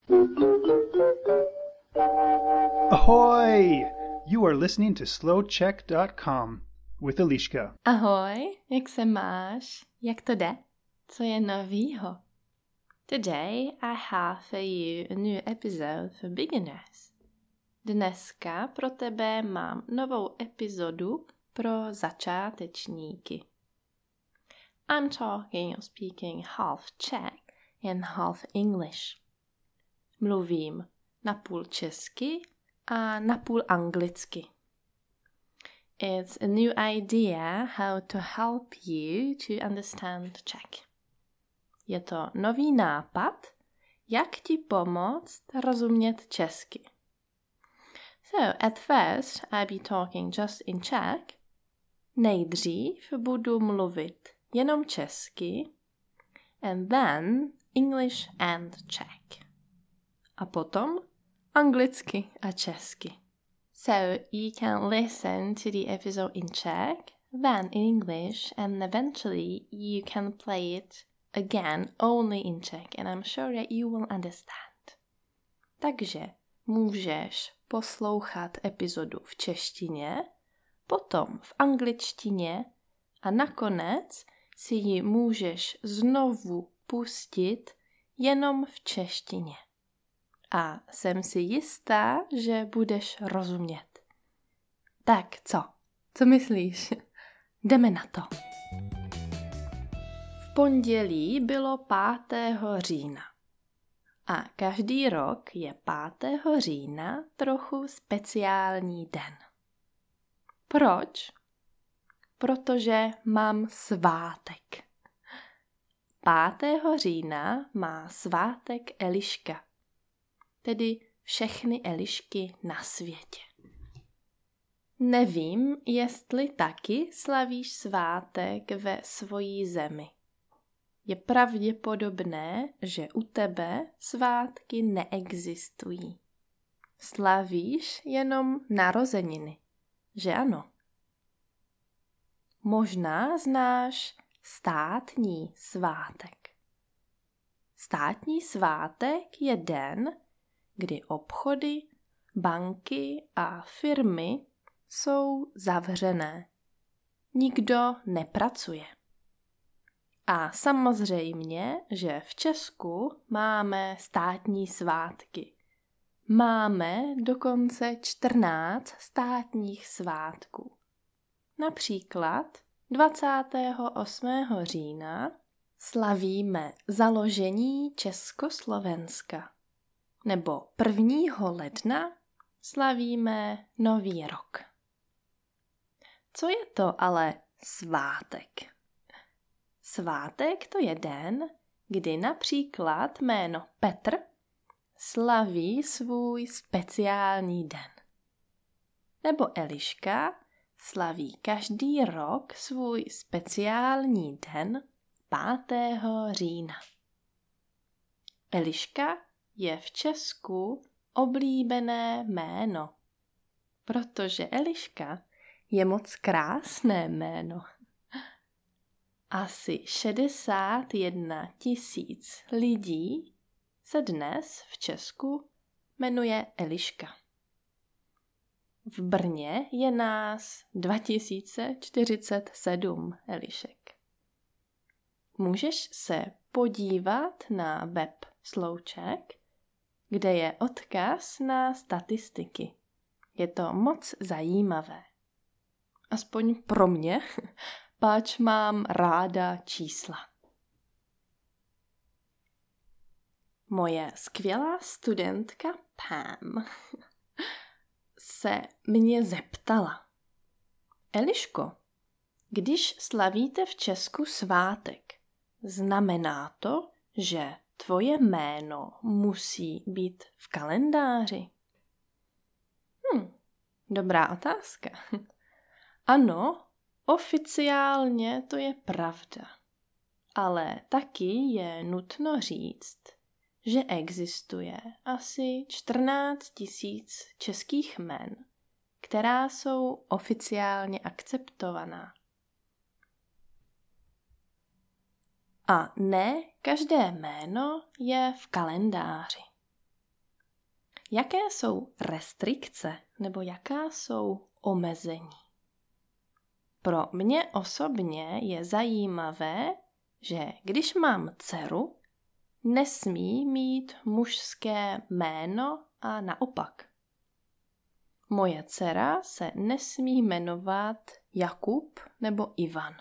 Ahoy! You are listening to slowcheck.com with Eliška. Ahoj, jak se máš? Jak to jde? Co je novýho? Today I have for you a new episode for beginners. Dneska pro tebe mám novou epizodu pro začátečníky. I'm talking or speaking half Czech and half English. Mluvím napůl česky a napůl anglicky. It's a new idea how to help you to understand Czech. Je to nový nápad, jak ti pomoct rozumět česky. So, at first I'll be talking just in Czech. Nejdřív budu mluvit jenom česky and then English and Czech. A potom anglicky a česky. So you can listen to the episode in Czech, then in English, and eventually you can play it again only in Czech, and I'm sure that you will understand. Takže můžeš poslouchat epizodu v češtině, potom v angličtině a nakonec si ji můžeš znovu pustit jenom v češtině. A jsem si jistá, že budeš rozumět. Tak co? Co myslíš? Jdeme na to. V pondělí bylo 5. října. A každý rok je 5. října trochu speciální den. Proč? Protože mám svátek. 5. října má svátek Eliška. Tedy všechny Elišky na světě. Nevím, jestli taky slavíš svátek ve svojí zemi. Je pravděpodobné, že u tebe svátky neexistují. Slavíš jenom narozeniny, že ano? Možná znáš státní svátek. Státní svátek je den, kdy obchody, banky a firmy jsou zavřené. Nikdo nepracuje. A samozřejmě, že v Česku máme státní svátky. Máme dokonce 14 státních svátků. Například 28. října slavíme založení Československa. Nebo 1. ledna slavíme Nový rok. Co je to ale svátek? Svátek to je den, kdy například jméno Petr slaví svůj speciální den. Nebo Eliška slaví každý rok svůj speciální den 5. října. Eliška je v Česku oblíbené jméno, protože Eliška je moc krásné jméno. Asi 61 000 lidí se dnes v Česku jmenuje Eliška. V Brně je nás 2047 Elišek. Můžeš se podívat na web Slowcheck, kde je odkaz na statistiky. Je to moc zajímavé. Aspoň pro mě, páč mám ráda čísla. Moje skvělá studentka Pam se mě zeptala: Eliško, když slavíte v Česku svátek, znamená to, že tvoje jméno musí být v kalendáři? Dobrá otázka. Ano, oficiálně to je pravda. Ale taky je nutno říct, že existuje asi 14 000 českých jmen, která jsou oficiálně akceptovaná. A ne každé jméno je v kalendáři. Jaké jsou restrikce nebo jaká jsou omezení? Pro mě osobně je zajímavé, že když mám dceru, nesmí mít mužské jméno a naopak. Moje dcera se nesmí jmenovat Jakub nebo Ivan.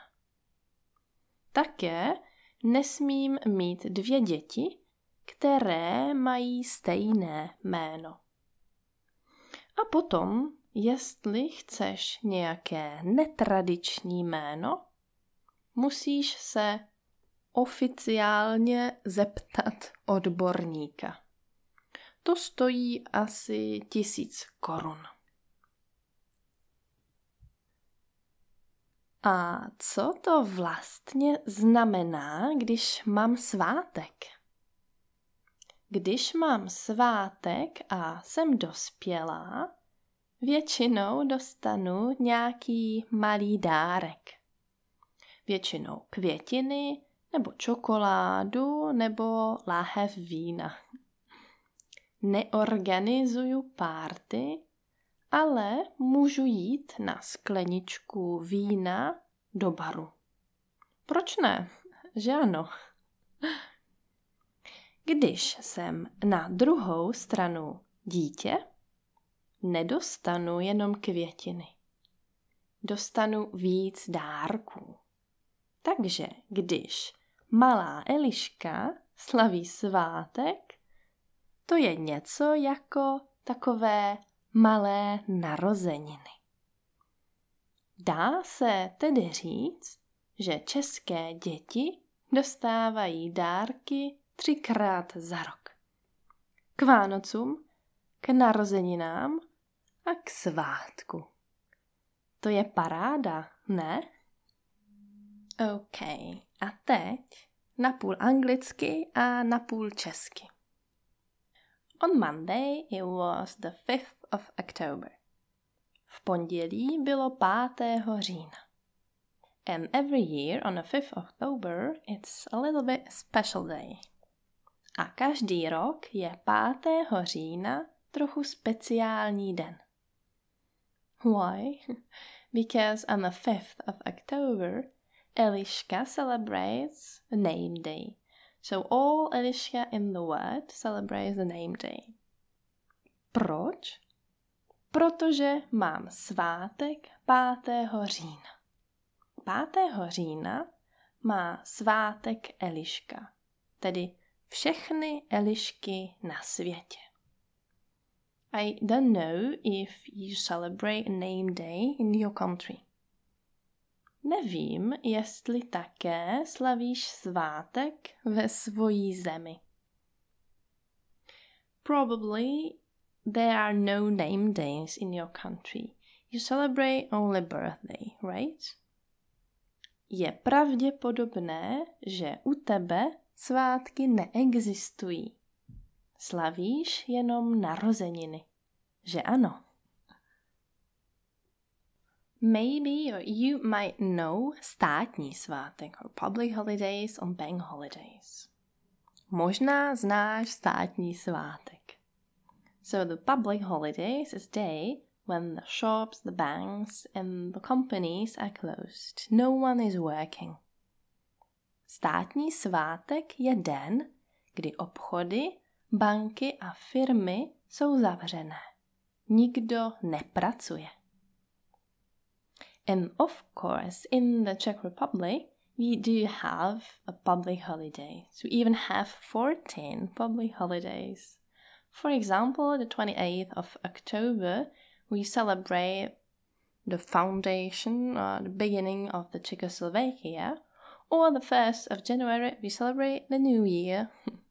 Také nesmím mít 2 děti, které mají stejné jméno. A potom, jestli chceš nějaké netradiční jméno, musíš se oficiálně zeptat odborníka. To stojí asi 1000 korun. A co to vlastně znamená, když mám svátek? Když mám svátek a jsem dospělá, většinou dostanu nějaký malý dárek. Většinou květiny, nebo čokoládu, nebo láhev vína. Neorganizuju párty, ale můžu jít na skleničku vína do baru. Proč ne? Že ano? Když jsem na druhou stranu dítě, nedostanu jenom květiny. Dostanu víc dárků. Takže když malá Eliška slaví svátek, to je něco jako takové malé narozeniny. Dá se tedy říct, že české děti dostávají dárky 3krát za rok. K Vánocům, k narozeninám a k svátku. To je paráda, ne? OK, a teď napůl anglicky a napůl česky. On Monday it was the 5th of October. V pondělí bylo 5. října. And every year on the 5th of October it's a little bit special day. A každý rok je 5. října trochu speciální den. Why? Because on the 5th of October Eliška celebrates a name day. So all Eliška in the world celebrates the name day. Proč? Protože mám svátek 5. října. 5. října má svátek Eliška, tedy všechny Elišky na světě. I don't know if you celebrate a name day in your country. Nevím, jestli také slavíš svátek ve svojí zemi. Probably there are no name days in your country. You celebrate only birthday, right? Je pravděpodobné, že u tebe svátky neexistují. Slavíš jenom narozeniny, že ano? Maybe you might know státní svátek or public holidays or bank holidays. Možná znáš státní svátek. So the public holidays is day when the shops, the banks and the companies are closed. No one is working. Státní svátek je den, kdy obchody, banky a firmy jsou zavřené. Nikdo nepracuje. And of course, in the Czech Republic, we do have a public holiday. So we even have 14 public holidays. For example, the 28th of October, we celebrate the foundation or the beginning of the Czechoslovakia, or the 1st of January, we celebrate the New Year.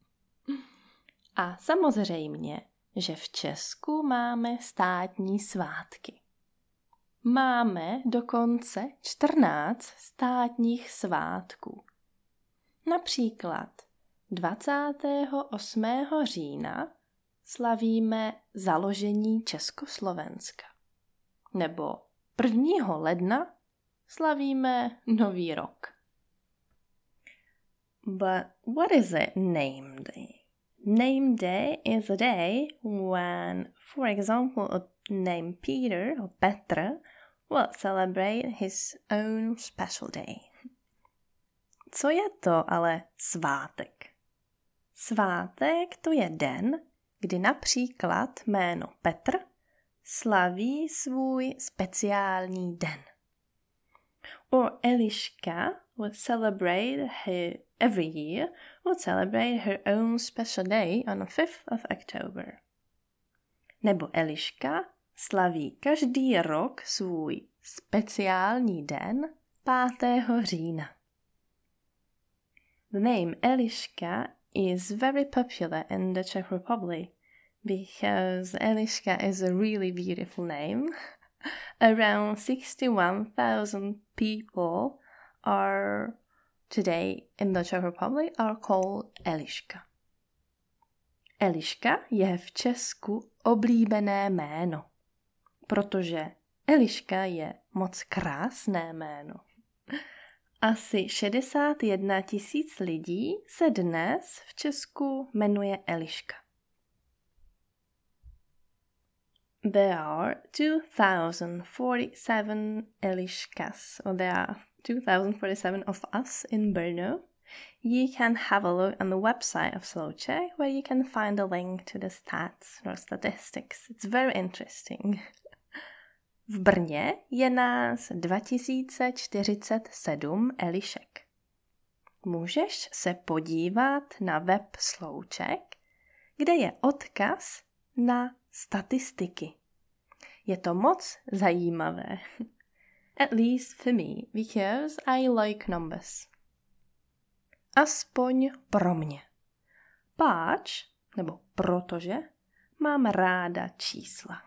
A samozřejmě, že v Česku máme státní svátky. Máme dokonce 14 státních svátků. Například 28. října slavíme založení Československa. Nebo 1. ledna slavíme Nový rok. But what is a name day? name day is a day when, for example, a name Peter or Petr will celebrate his own special day. Co je to ale svátek? Svátek to je den, kdy například jméno Petr slaví svůj speciální den. Or Eliška would celebrate every year would celebrate her own special day on the 5th of October. Nebo Eliška slaví každý rok svůj speciální den 5. října. The name Eliška is very popular in the Czech Republic because Eliška is a really beautiful name. Around 61,000 people are today in the Czech Republic are called Eliška. Eliška je v Česku oblíbené jméno, protože Eliška je moc krásné jméno. Asi 61 000 lidí se dnes v Česku jmenuje Eliška. There are 2047 Eliškas, or there are 2047 of us in Brno. You can have a look on the website of Slow Czech where you can find a link to the stats or statistics. It's very interesting. V Brně je nás 2047 Elišek. Můžeš se podívat na web Slow Czech, kde je odkaz na statistiky. Je to moc zajímavé. At least for me, because I like numbers. Aspoň pro mě. Páč, nebo protože, mám ráda čísla.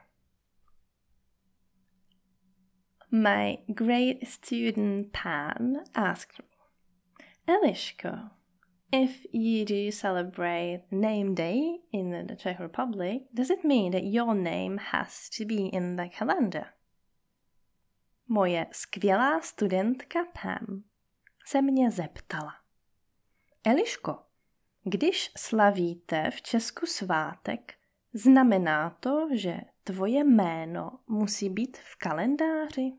My great student Pan asked me, Eliško, if you do celebrate name day in the Czech Republic, does it mean that your name has to be in the calendar? Moje skvělá studentka Pam se mě zeptala. Eliško, když slavíte v Česku svátek, znamená to, že tvoje jméno musí být v kalendáři?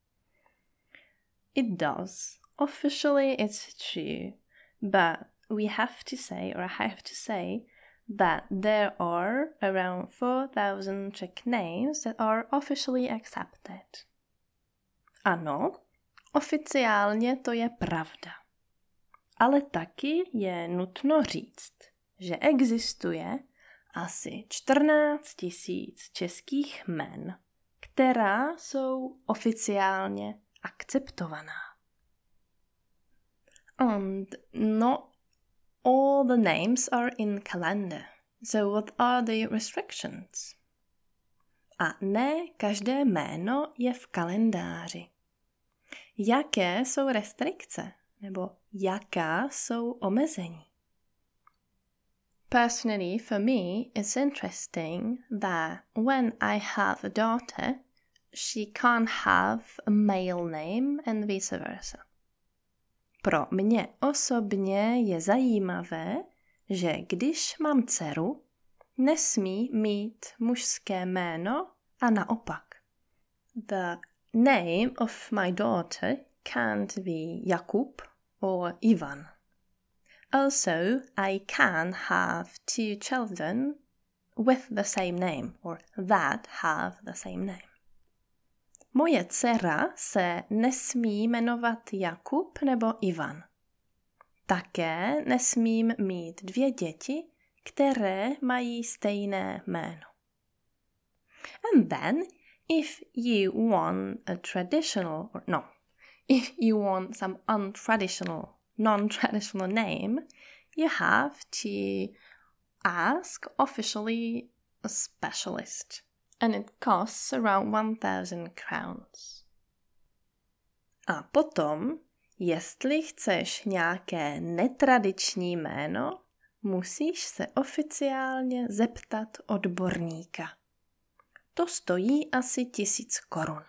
It does. Officially it's true, but we have to say, or I have to say, that there are around 4,000 Czech names that are officially accepted. Ano, oficiálně to je pravda. Ale taky je nutno říct, že existuje asi 14 000 českých jmen, která jsou oficiálně akceptovaná. And not all the names are in calendar. So what are the restrictions? A ne každé jméno je v kalendáři. Jaké jsou restrikce? Nebo jaká jsou omezení? Personally, for me, it's interesting that when I have a daughter, she can't have a male name and vice versa. Pro mě osobně je zajímavé, že když mám dceru, nesmí mít mužské jméno a naopak. The name of my daughter can't be Jakub or Ivan. Also, I can have 2 children with the same name, or that have the same name. Moje dcera se nesmí jmenovat Jakub nebo Ivan. Také nesmím mít 2 děti, které mají stejné jméno. And then, if you want a traditional, or no, if you want some untraditional, non-traditional name, you have to ask officially a specialist. And it costs around 1,000 crowns. A potom, jestli chceš nějaké netradiční jméno, musíš se oficiálně zeptat odborníka. To stojí asi 1000 korun.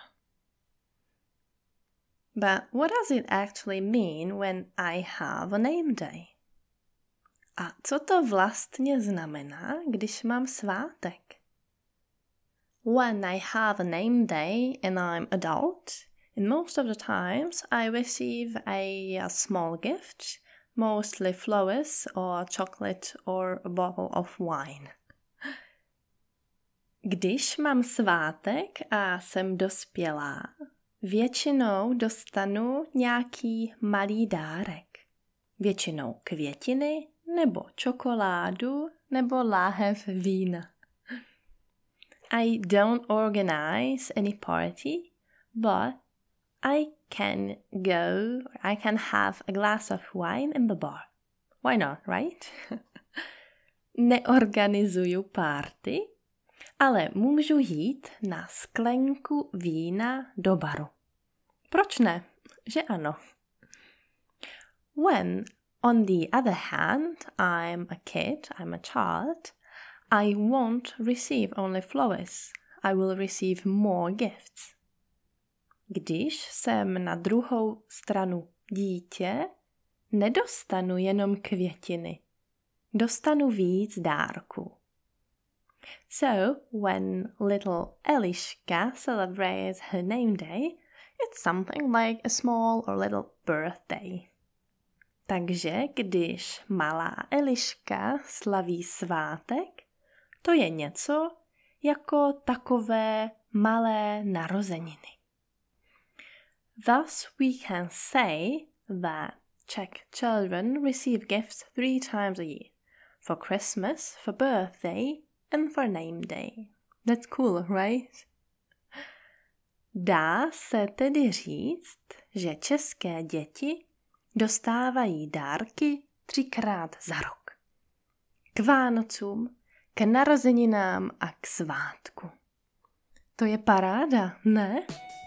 But what does it actually mean when I have a name day? A co to vlastně znamená, když mám svátek? When I have a name day and I'm adult, in most of the times I receive a small gift, mostly flowers or chocolate or a bottle of wine. Když mám svátek a jsem dospělá, většinou dostanu nějaký malý dárek. Většinou květiny, nebo čokoládu, nebo láhev vína. I don't organize any party, but I can have a glass of wine in the bar. Why not, right? Neorganizuju party, ale můžu jít na sklenku vína do baru. Proč ne? Že ano. When, on the other hand, I'm a child, I won't receive only flowers. I will receive more gifts. Když jsem na druhou stranu dítě, nedostanu jenom květiny. Dostanu víc dárků. So, when little Eliška celebrates her name day, it's something like a small or little birthday. Takže když malá Eliška slaví svátek, to je něco jako takové malé narozeniny. Thus we can say that Czech children receive gifts 3 times a year. For Christmas, for birthday, and for name day. That's cool, right? Dá se tedy říct, že české děti dostávají dárky 3krát za rok. K Vánocům, k narozeninám a k svátku. To je paráda, ne?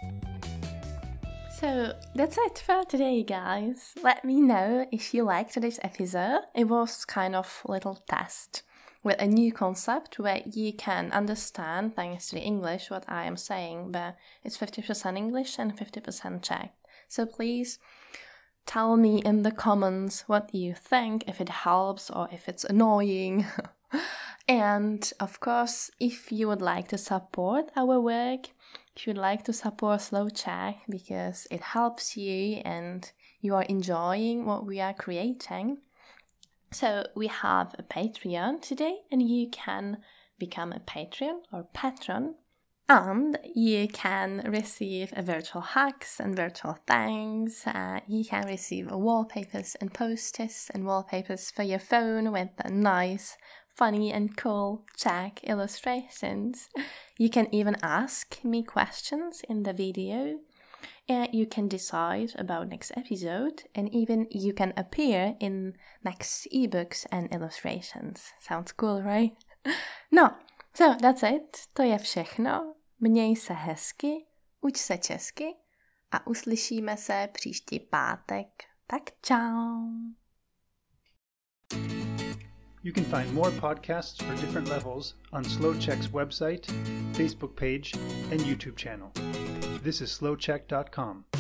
So, that's it for today, guys. Let me know if you liked today's episode. It was kind of a little test with a new concept where you can understand, thanks to the English, what I am saying, but it's 50% English and 50% Czech. So please tell me in the comments what you think, if it helps or if it's annoying. And of course, if you would like to support our work, if you'd like to support Slow Czech because it helps you and you are enjoying what we are creating. So we have a Patreon today and you can become a Patreon or patron. And you can receive virtual hugs and virtual thanks. You can receive wallpapers and posters and wallpapers for your phone with nice, funny and cool Czech illustrations. You can even ask me questions in the video. And you can decide about next episode. And even you can appear in next ebooks and illustrations. Sounds cool, right? No. So, that's it. To je všechno. Měj se hezky, uč se česky a uslyšíme se příští pátek. Tak čau. You can find more podcasts for different levels on Slow Czech's website, Facebook page, and YouTube channel. This is slowcheck.com.